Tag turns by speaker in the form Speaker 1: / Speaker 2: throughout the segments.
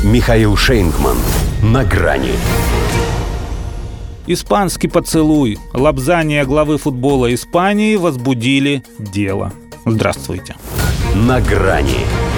Speaker 1: Михаил Шейнгман. На грани.
Speaker 2: Испанский поцелуй. Лобзание главы футбола Испании возбудили дело. Здравствуйте.
Speaker 1: На грани.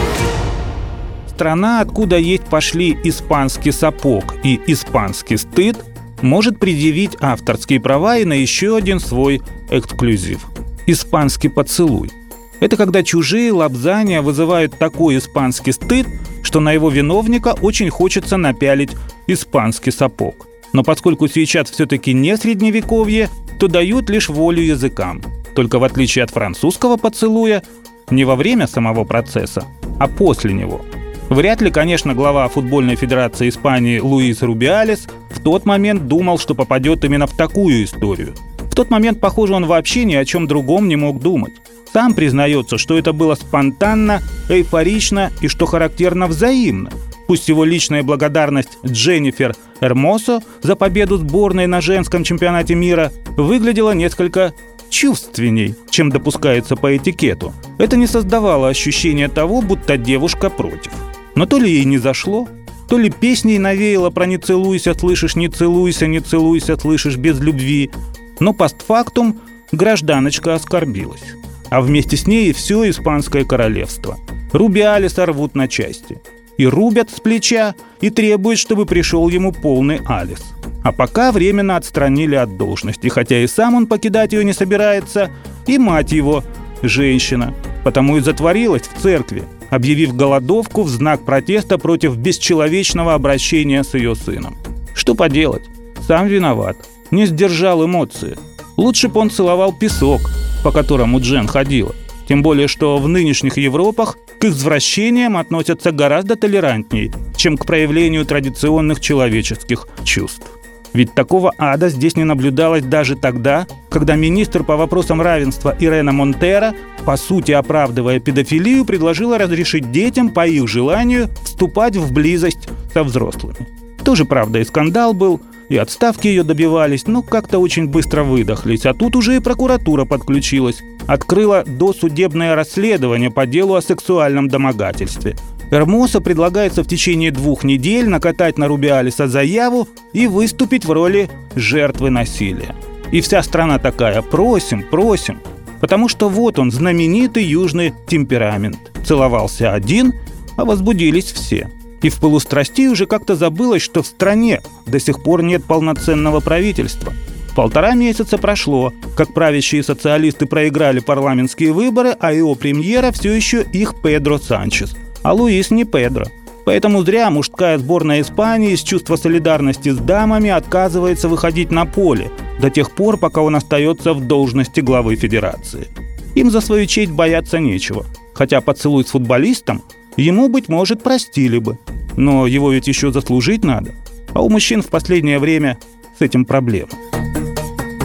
Speaker 2: Страна, откуда есть пошли испанский сапог и испанский стыд, может предъявить авторские права и на еще один свой эксклюзив. Испанский поцелуй. Это когда чужие лобзания вызывают такой испанский стыд, что на его виновника очень хочется напялить испанский сапог. Но поскольку сейчас все-таки не средневековье, то дают лишь волю языкам. Только в отличие от французского поцелуя, не во время самого процесса, а после него. Вряд ли, конечно, глава футбольной федерации Испании Луис Рубиалес в тот момент думал, что попадет именно в такую историю. В тот момент, похоже, он вообще ни о чем другом не мог думать. Сам признается, что это было спонтанно, эйфорично и, что характерно, взаимно. Пусть его личная благодарность Дженнифер Эрмосо за победу сборной на женском чемпионате мира выглядела несколько чувственней, чем допускается по этикету. Это не создавало ощущения того, будто девушка против. Но то ли ей не зашло, то ли песней навеяло про «не целуйся, слышишь, не целуйся, не целуйся, слышишь» без любви. Но постфактум гражданочка оскорбилась. А вместе с ней и все испанское королевство. Рубиалеса рвут на части. И рубят с плеча, и требуют, чтобы пришел ему полный алис. А пока временно отстранили от должности, хотя и сам он покидать ее не собирается, и мать его – женщина. Потому и затворилась в церкви, объявив голодовку в знак протеста против бесчеловечного обращения с ее сыном. Что поделать? Сам виноват. Не сдержал эмоции. Лучше бы он целовал песок, по которому Джен ходила. Тем более, что в нынешних Европах к извращениям относятся гораздо толерантней, чем к проявлению традиционных человеческих чувств. Ведь такого ада здесь не наблюдалось даже тогда, когда министр по вопросам равенства Ирена Монтера, по сути оправдывая педофилию, предложила разрешить детям по их желанию вступать в близость со взрослыми. Тоже, правда, и скандал был, и отставки ее добивались, но как-то очень быстро выдохлись. А тут уже и прокуратура подключилась. Открыла досудебное расследование по делу о сексуальном домогательстве. Эрмосо предлагается в течение 2 недель накатать на Рубиалеса заяву и выступить в роли жертвы насилия. И вся страна такая: просим, просим. Потому что вот он, знаменитый южный темперамент. Целовался один, а возбудились все. И в полустрасти уже как-то забылось, что в стране до сих пор нет полноценного правительства. 1,5 месяца прошло, как правящие социалисты проиграли парламентские выборы, а его премьера все еще их Педро Санчес. А Луис не Педро. Поэтому зря мужская сборная Испании из чувства солидарности с дамами отказывается выходить на поле до тех пор, пока он остается в должности главы федерации. Им за свою честь бояться нечего. Хотя поцелуй с футболистом ему, быть может, простили бы. Но его ведь еще заслужить надо. А у мужчин в последнее время с этим проблемы.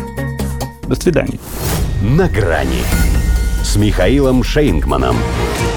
Speaker 2: До свидания.
Speaker 1: На грани с Михаилом Шейнгманом.